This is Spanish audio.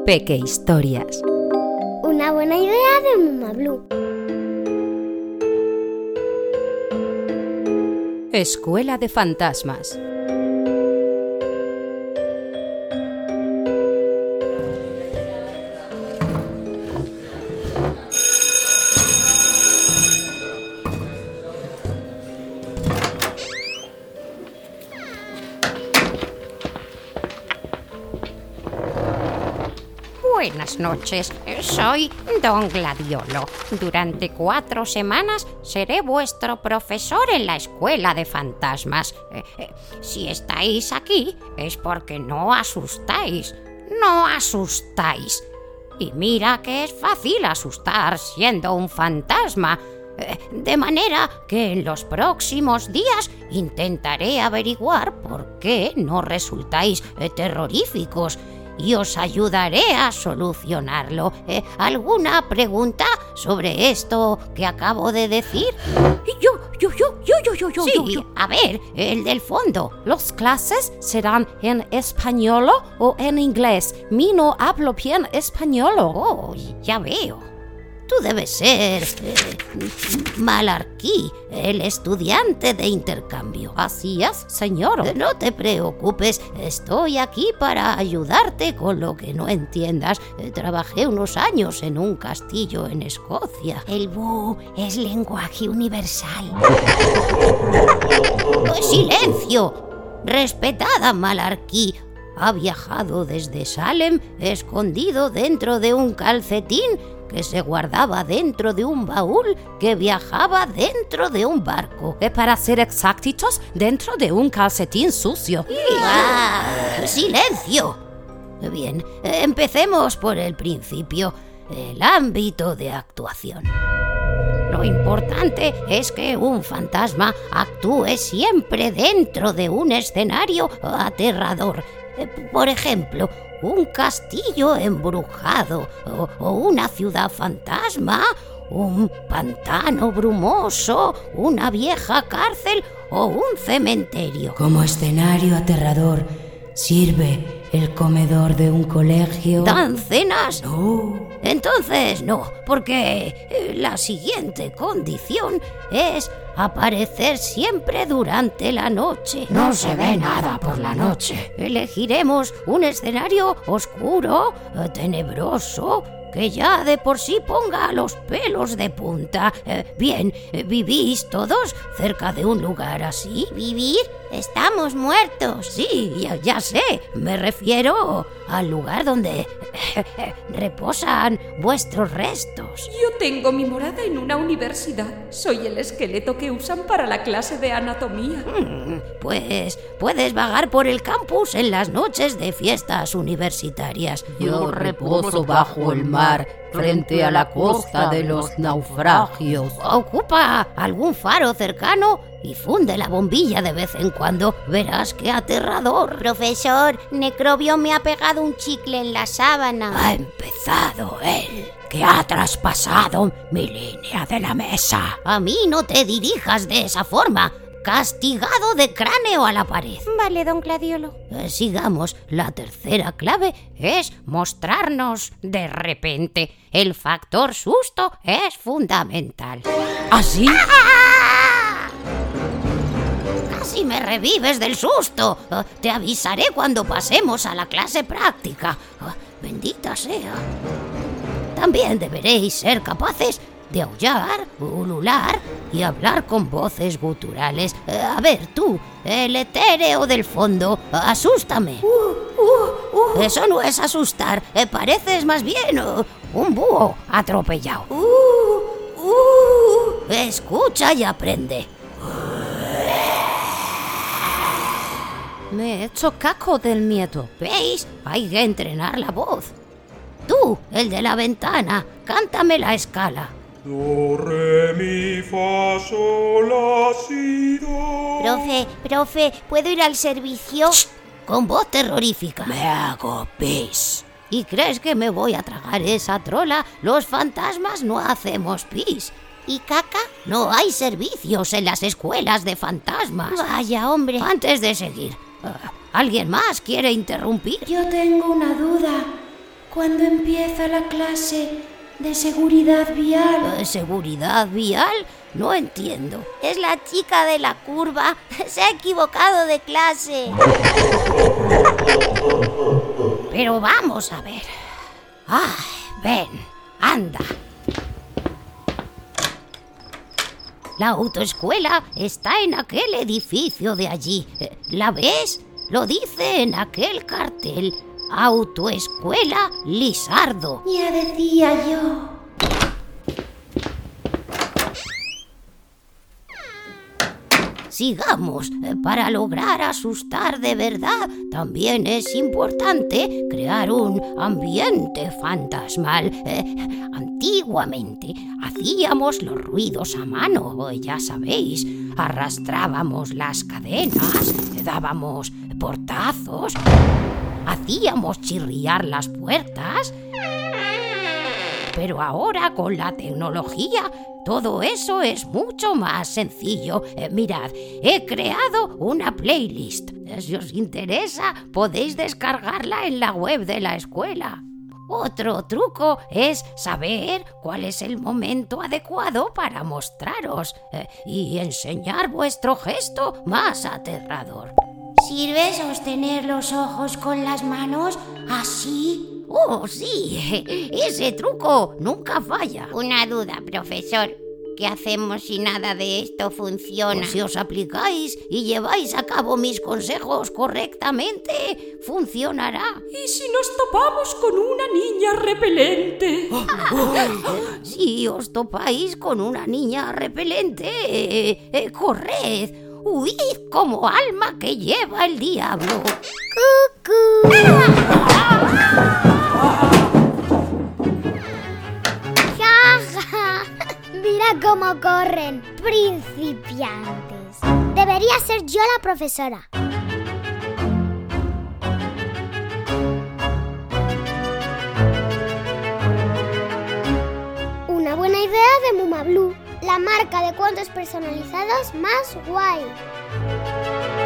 Peque Historias. Una buena idea de Mamá Blue. Escuela de fantasmas. Buenas noches, soy Don Gladiolo. Durante 4 semanas seré vuestro profesor en la escuela de fantasmas. Si estáis aquí es porque no asustáis. No asustáis. Y mira que es fácil asustar siendo un fantasma. De manera que en los próximos días intentaré averiguar por qué no resultáis terroríficos. Y os ayudaré a solucionarlo. ¿Alguna pregunta sobre esto que acabo de decir? Yo. Sí, a ver, el del fondo. ¿Las clases serán en español o en inglés? Mi no hablo bien español. Oh, ya veo. Tú debes ser Malarquí, el estudiante de intercambio. Así es, señor. No te preocupes, estoy aquí para ayudarte con lo que no entiendas. Trabajé unos años en un castillo en Escocia. El bú es lenguaje universal. ¡Silencio! Respetada Malarquí. Ha viajado desde Salem escondido dentro de un calcetín que se guardaba dentro de un baúl que viajaba dentro de un barco. Para ser exactitos, dentro de un calcetín sucio. ¡Silencio! Bien, empecemos por el principio, el ámbito de actuación. Lo importante es que un fantasma actúe siempre dentro de un escenario aterrador. Por ejemplo, un castillo embrujado, o una ciudad fantasma, un pantano brumoso, una vieja cárcel o un cementerio. Como escenario aterrador, ¿sirve el comedor de un colegio? ¿Dan cenas? No. Entonces no, porque la siguiente condición es aparecer siempre durante la noche. No se ve nada por la noche. Elegiremos un escenario oscuro, tenebroso, que ya de por sí ponga los pelos de punta. Bien, ¿vivís todos cerca de un lugar así? ¿Vivir? Estamos muertos. Sí, ya sé. Me refiero al lugar donde reposan vuestros restos. Yo tengo mi morada en una universidad. Soy el esqueleto que usan para la clase de anatomía. Pues puedes vagar por el campus en las noches de fiestas universitarias. Yo reposo bajo el mar, frente a la costa de los naufragios. Ocupa algún faro cercano y funde la bombilla de vez en cuando. Verás qué aterrador. Profesor, Necrobio me ha pegado un chicle en la sábana. Ha empezado él, que ha traspasado mi línea de la mesa. A mí no te dirijas de esa forma. Castigado de cráneo a la pared. Vale, don Gladiolo. Sigamos. La tercera clave es mostrarnos de repente. El factor susto es fundamental. ¿Así? Casi me revives del susto. Te avisaré cuando pasemos a la clase práctica. Bendita sea. También deberéis ser capaces de aullar, ulular y hablar con voces guturales. A ver, tú, el etéreo del fondo, asústame. Eso no es asustar, pareces más bien un búho atropellado. Escucha y aprende. Me he hecho caco del miedo. ¿Veis? Hay que entrenar la voz. Tú, el de la ventana, cántame la escala. Do, re, mi, fa, sol, la, si, do. Profe, ¿puedo ir al servicio? ¡Shh! Con voz terrorífica. Me hago pis. ¿Y crees que me voy a tragar esa trola? Los fantasmas no hacemos pis. ¿Y caca? No hay servicios en las escuelas de fantasmas. Vaya, hombre. Antes de seguir, ¿alguien más quiere interrumpir? Yo tengo una duda. ¿Cuándo empieza la clase de seguridad vial? ¿Seguridad vial? No entiendo. Es la chica de la curva. Se ha equivocado de clase. Pero vamos a ver. ¡Ay, ven! ¡Anda! La autoescuela está en aquel edificio de allí. ¿La ves? Lo dice en aquel cartel. Autoescuela Lisardo. Ya decía yo. Sigamos. Para lograr asustar de verdad, también es importante crear un ambiente fantasmal. Antiguamente hacíamos los ruidos a mano, ya sabéis. Arrastrábamos las cadenas, dábamos portazos, hacíamos chirriar las puertas. Pero ahora con la tecnología todo eso es mucho más sencillo. Mirad, he creado una playlist. Si os interesa, podéis descargarla en la web de la escuela. Otro truco es saber cuál es el momento adecuado para mostraros y enseñar vuestro gesto más aterrador. ¿Sirve sostener los ojos con las manos así? ¡Oh, sí! Ese truco nunca falla. Una duda, profesor. ¿Qué hacemos si nada de esto funciona? Pues si os aplicáis y lleváis a cabo mis consejos correctamente, funcionará. ¿Y si nos topamos con una niña repelente? Si os topáis con una niña repelente, corred, huid como alma que lleva el diablo. ¡Cucú! Mira cómo corren, principiantes. Debería ser yo la profesora. Una buena idea de Mumablu, la marca de cuentos personalizados más guay.